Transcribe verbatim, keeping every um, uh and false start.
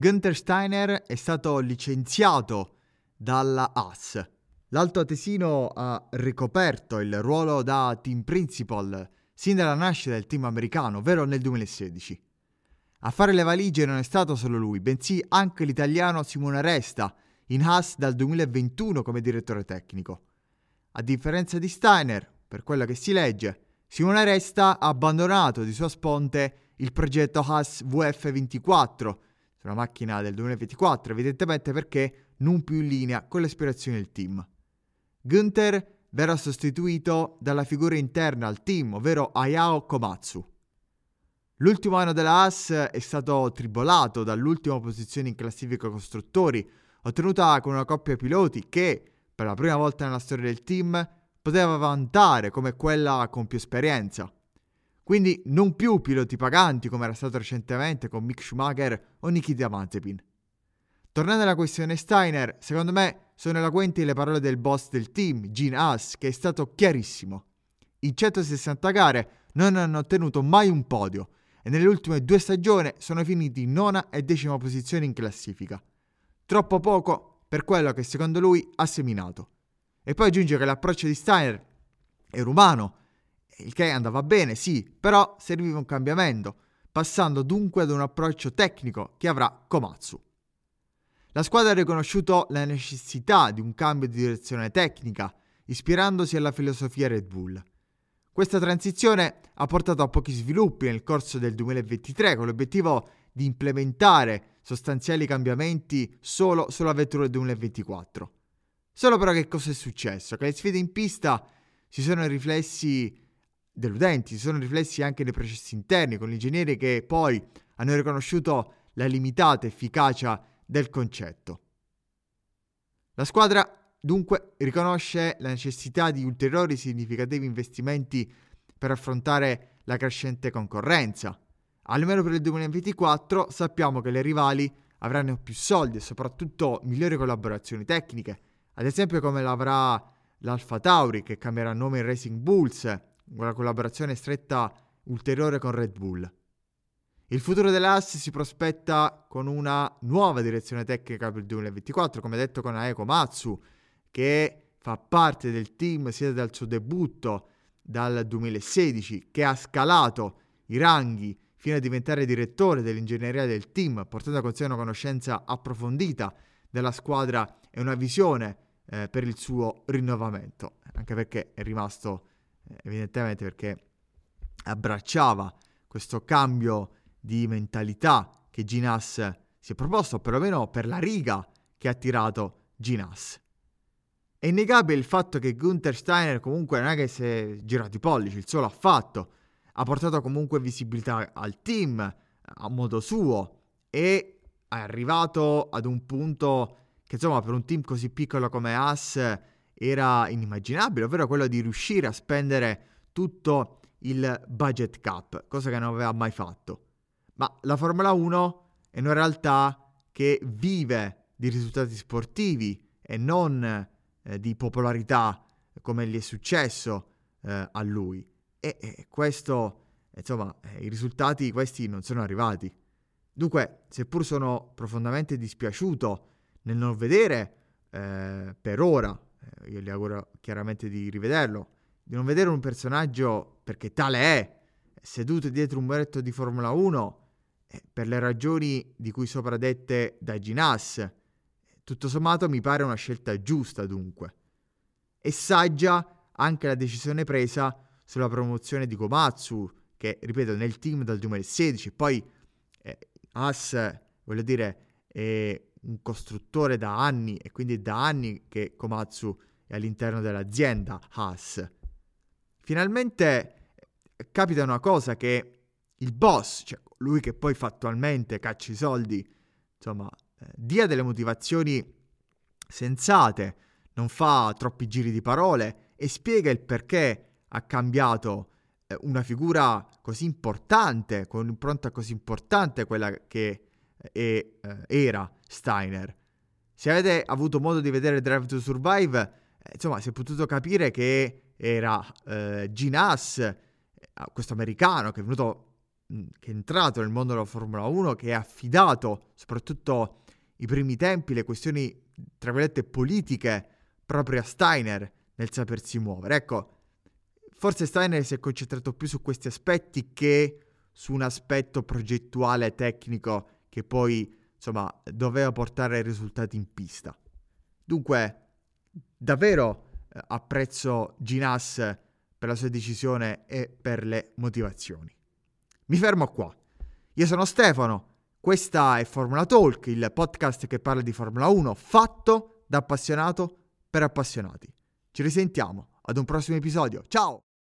Günther Steiner è stato licenziato dalla Haas. L'Alto Atesino ha ricoperto il ruolo da team principal sin dalla nascita del team americano, ovvero nel duemilasedici. A fare le valigie non è stato solo lui, bensì anche l'italiano Simone Resta, in Haas dal duemilaventuno come direttore tecnico. A differenza di Steiner, per quello che si legge, Simone Resta ha abbandonato di sua sponte il progetto Haas V F ventiquattro, una macchina del duemilaventiquattro, evidentemente perché non più in linea con le aspirazioni del team. Günther verrà sostituito dalla figura interna al team, ovvero Hayao Komatsu. L'ultimo anno della Haas è stato tribolato dall'ultima posizione in classifica costruttori, ottenuta con una coppia piloti che, per la prima volta nella storia del team, poteva vantare come quella con più esperienza. Quindi non più piloti paganti come era stato recentemente con Mick Schumacher o Nikita Mazepin. Tornando alla questione Steiner, secondo me sono eloquenti le parole del boss del team, Gene Haas, che è stato chiarissimo. In centosessanta gare non hanno ottenuto mai un podio e nelle ultime due stagioni sono finiti in nona e decima posizione in classifica. Troppo poco per quello che secondo lui ha seminato. E poi aggiunge che l'approccio di Steiner era umano, il che andava bene, sì, però serviva un cambiamento, passando dunque ad un approccio tecnico che avrà Komatsu. La squadra ha riconosciuto la necessità di un cambio di direzione tecnica, ispirandosi alla filosofia Red Bull. Questa transizione ha portato a pochi sviluppi nel corso del duemilaventitré, con l'obiettivo di implementare sostanziali cambiamenti solo sulla vettura del duemilaventiquattro. Solo però che cosa è successo? Che le sfide in pista si sono riflessi deludenti, si sono riflessi anche nei processi interni, con gli ingegneri che poi hanno riconosciuto la limitata efficacia del concetto. La squadra dunque riconosce la necessità di ulteriori significativi investimenti per affrontare la crescente concorrenza. Almeno per il duemilaventiquattro sappiamo che le rivali avranno più soldi e soprattutto migliori collaborazioni tecniche, ad esempio come l'avrà l'Alfa Tauri, che cambierà nome in Racing Bulls, una collaborazione stretta ulteriore con Red Bull. Il futuro dell'A S si prospetta con una nuova direzione tecnica per il duemilaventiquattro, come detto con Hayao Komatsu, che fa parte del team sia dal suo debutto dal duemilasedici, che ha scalato i ranghi fino a diventare direttore dell'ingegneria del team, portando con sé una conoscenza approfondita della squadra e una visione eh, per il suo rinnovamento, anche perché è rimasto eh, evidentemente perché abbracciava questo cambio di mentalità che Gene Haas si è proposto, perlomeno per la riga che ha tirato Gene Haas. È innegabile il fatto che Günther Steiner comunque non è che si è girato i pollici, il suo l'ha fatto, ha portato comunque visibilità al team a modo suo e è arrivato ad un punto che insomma per un team così piccolo come Haas era inimmaginabile, ovvero quello di riuscire a spendere tutto il budget cap, cosa che non aveva mai fatto. Ma la Formula uno è una realtà che vive di risultati sportivi e non eh, di popolarità come gli è successo eh, a lui. E, e questo, insomma, eh, i risultati questi non sono arrivati. Dunque, seppur sono profondamente dispiaciuto nel non vedere eh, per ora, eh, io gli auguro chiaramente di rivederlo, di non vedere un personaggio, perché tale è, seduto dietro un muretto di Formula uno, eh, per le ragioni di cui sopra dette da Gene Haas. Tutto sommato mi pare una scelta giusta dunque. E saggia anche la decisione presa sulla promozione di Komatsu, che ripeto nel team dal duemilasedici, poi eh, Haas, voglio dire, è un costruttore da anni e quindi è da anni che Komatsu è all'interno dell'azienda Haas. Finalmente capita una cosa, che il boss, cioè lui che poi fattualmente caccia i soldi, insomma, eh, dia delle motivazioni sensate, non fa troppi giri di parole e spiega il perché ha cambiato eh, una figura così importante, con un'impronta così importante, quella che è, eh, era Steiner. Se avete avuto modo di vedere Drive to Survive, eh, insomma, si è potuto capire che era eh, Gene Haas, eh, questo americano che è venuto che è entrato nel mondo della Formula uno, che ha affidato soprattutto i primi tempi le questioni, tra virgolette, politiche proprio a Steiner nel sapersi muovere. Ecco, forse Steiner si è concentrato più su questi aspetti che su un aspetto progettuale tecnico che poi, insomma, doveva portare risultati in pista. Dunque, davvero eh, apprezzo Gene Haas per la sua decisione e per le motivazioni. Mi fermo qua. Io sono Stefano, questa è Formula Talk, il podcast che parla di Formula uno fatto da appassionato per appassionati. Ci risentiamo ad un prossimo episodio. Ciao!